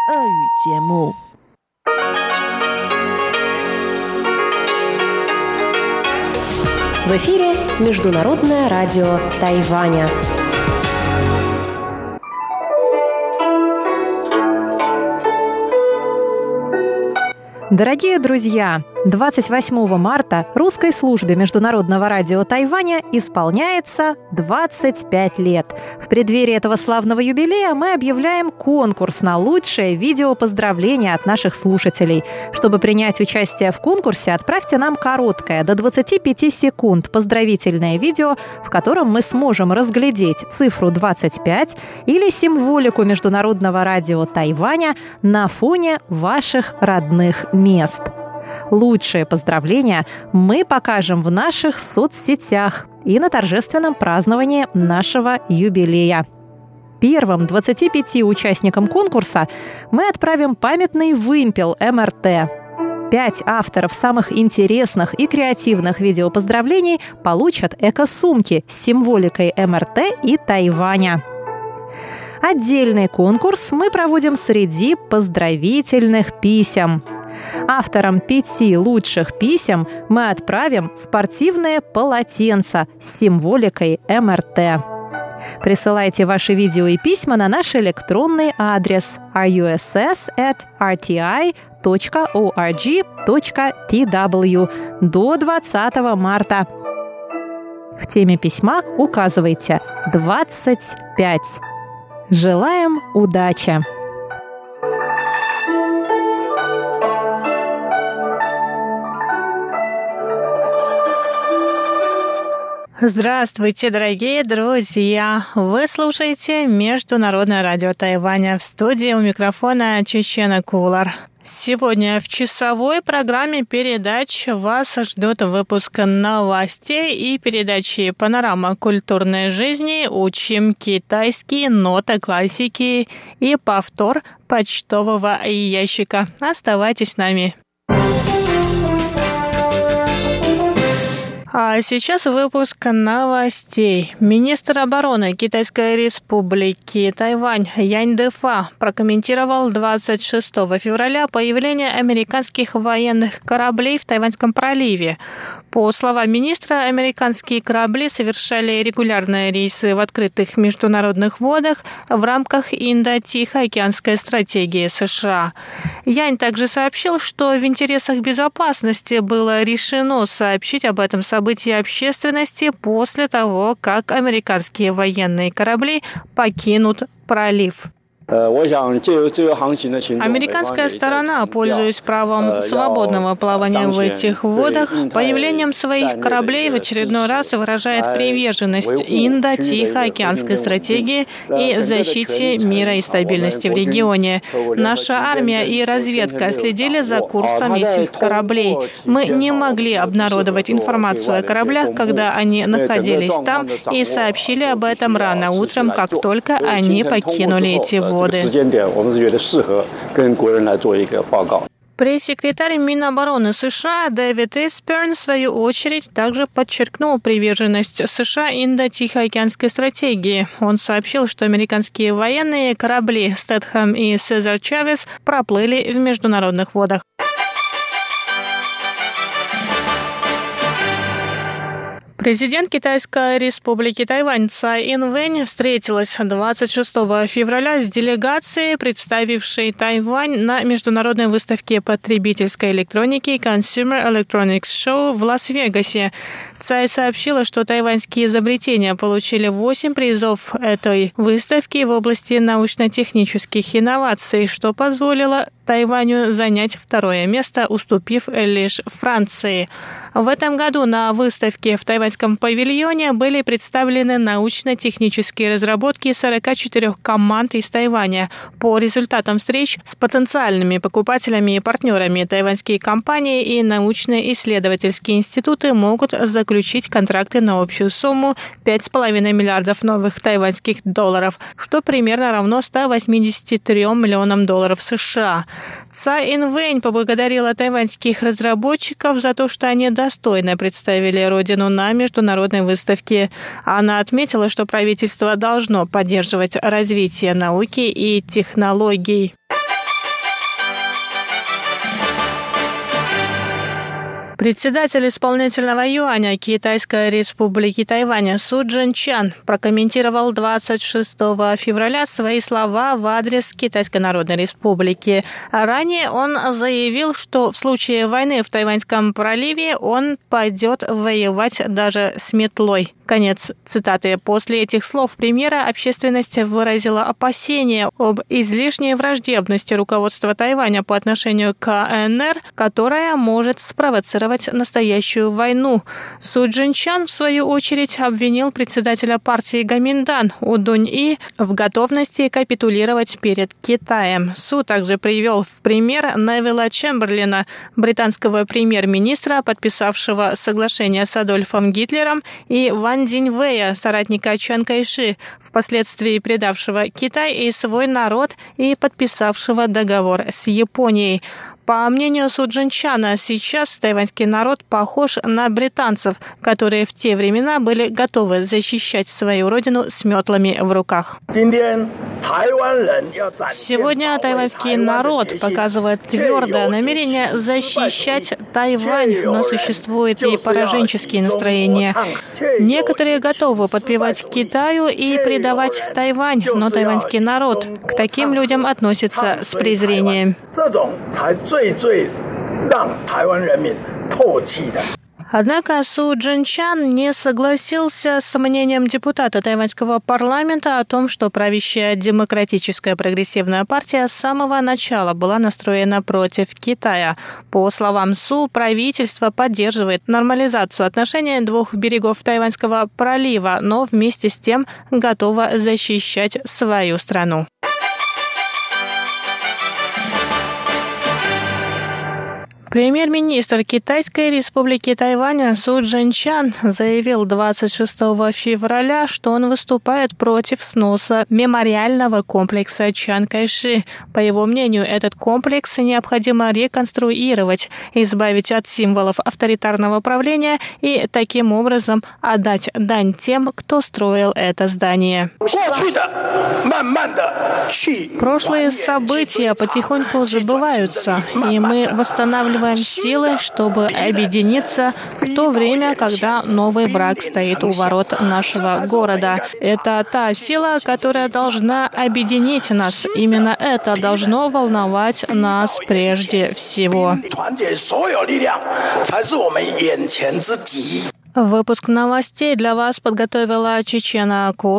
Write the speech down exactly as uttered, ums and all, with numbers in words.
俄语节目。 В эфире Международное радио Тайваня. Дорогие друзья, двадцать восьмого марта русской службе Международного радио Тайваня исполняется двадцать пять лет. В преддверии этого славного юбилея мы объявляем конкурс на лучшее видеопоздравление от наших слушателей. Чтобы принять участие в конкурсе, отправьте нам короткое, до двадцати пяти секунд, поздравительное видео, в котором мы сможем разглядеть цифру двадцать пять или символику Международного радио Тайваня на фоне ваших родных мест. Лучшие поздравления мы покажем в наших соцсетях и на торжественном праздновании нашего юбилея. Первым двадцати пяти участникам конкурса мы отправим памятный вымпел эм эр тэ. Пять авторов самых интересных и креативных видеопоздравлений получат эко-сумки с символикой эм эр тэ и Тайваня. Отдельный конкурс мы проводим среди поздравительных писем. Авторам пяти лучших писем мы отправим спортивные полотенца с символикой эм эр тэ. Присылайте ваши видео и письма на наш электронный адрес ар ю эс эс эт эр ти ай точка орг точка ти дабл ю до двадцатого марта. В теме письма указывайте двадцать пять. Желаем удачи! Здравствуйте, дорогие друзья! Вы слушаете Международное радио Тайваня. В студии у микрофона Чечена Кулар. Сегодня в часовой программе передач вас ждет выпуск новостей и передачи «Панорама культурной жизни», «Учим китайский», «Нота классики» и повтор почтового ящика. Оставайтесь с нами. А сейчас выпуск новостей. Министр обороны Китайской республики Тайвань Янь Дэфа прокомментировал двадцать шестого февраля появление американских военных кораблей в Тайваньском проливе. По словам министра, американские корабли совершали регулярные рейсы в открытых международных водах в рамках Индо-Тихоокеанской стратегии США. Янь также сообщил, что в интересах безопасности было решено сообщить об этом событии общественности после того, как американские военные корабли покинут пролив. Американская сторона, пользуясь правом свободного плавания в этих водах, появлением своих кораблей в очередной раз выражает приверженность Индо-Тихоокеанской стратегии и защите мира и стабильности в регионе. Наша армия и разведка следили за курсом этих кораблей. Мы не могли обнародовать информацию о кораблях, когда они находились там, и сообщили об этом рано утром, как только они покинули эти воды. Пресс-секретарь Минобороны США Дэвид Эсперн, в свою очередь, также подчеркнул приверженность США Индо-Тихоокеанской стратегии. Он сообщил, что американские военные корабли «Стэтхэм» и «Сезар Чавес» проплыли в международных водах. Президент Китайской республики Тайвань Цай Ин-вэнь встретилась двадцать шестого февраля с делегацией, представившей Тайвань на международной выставке потребительской электроники Consumer Electronics Show в Лас-Вегасе. Цай сообщила, что тайваньские изобретения получили восемь призов этой выставки в области научно-технических инноваций, что позволило Тайваню занять второе место, уступив лишь Франции. В этом году на выставке в тайваньском павильоне были представлены научно-технические разработки сорока четырёх команд из Тайваня. По результатам встреч с потенциальными покупателями и партнерами тайваньские компании и научные исследовательские институты могут заключить контракты на общую сумму пять с половиной миллиардов новых тайваньских долларов, что примерно равно ста восьмидесяти трём миллионам долларов США. Цай Ин-вэнь поблагодарила тайваньских разработчиков за то, что они достойно представили родину на международной выставке. Она отметила, что правительство должно поддерживать развитие науки и технологий. Председатель исполнительного юаня Китайской республики Тайвань Су Чжэньчан прокомментировал двадцать шестого февраля свои слова в адрес Китайской Народной Республики. Ранее он заявил, что в случае войны в Тайваньском проливе он пойдет воевать даже с метлой. Конец цитаты. После этих слов премьера общественность выразила опасения об излишней враждебности руководства Тайваня по отношению к КНР, которая может спровоцировать настоящую войну. Су Чжэньчан, в свою очередь, обвинил председателя партии Гоминдан У Дунь-И в готовности капитулировать перед Китаем. Су также привел в пример Невилла Чемберлина, британского премьер-министра, подписавшего соглашение с Адольфом Гитлером, и Ван Цзиньвэя, соратника Чан Кайши, впоследствии предавшего Китай и свой народ и подписавшего договор с Японией. По мнению Су Чжэньчана, сейчас тайваньский народ похож на британцев, которые в те времена были готовы защищать свою родину с метлами в руках. Сегодня тайваньский народ показывает твердое намерение защищать Тайвань, но существуют и пораженческие настроения. Некоторые готовы подпевать Китаю и предавать Тайвань, но тайваньский народ к таким людям относится с презрением. Однако Су Чжэньчан не согласился с мнением депутата тайваньского парламента о том, что правящая Демократическая прогрессивная партия с самого начала была настроена против Китая. По словам Су, правительство поддерживает нормализацию отношений двух берегов Тайваньского пролива, но вместе с тем готово защищать свою страну. Премьер-министр Китайской республики Тайвань Су Чжэньчан заявил двадцать шестого февраля, что он выступает против сноса мемориального комплекса Чан Кайши. По его мнению, этот комплекс необходимо реконструировать, избавить от символов авторитарного правления и таким образом отдать дань тем, кто строил это здание. Прошлые события потихоньку забываются, и мы восстанавливаем силы, чтобы объединиться в то время, когда новый враг стоит у ворот нашего города. Это та сила, которая должна объединить нас. Именно это должно волновать нас прежде всего. Выпуск новостей для вас подготовила Чечена Ку.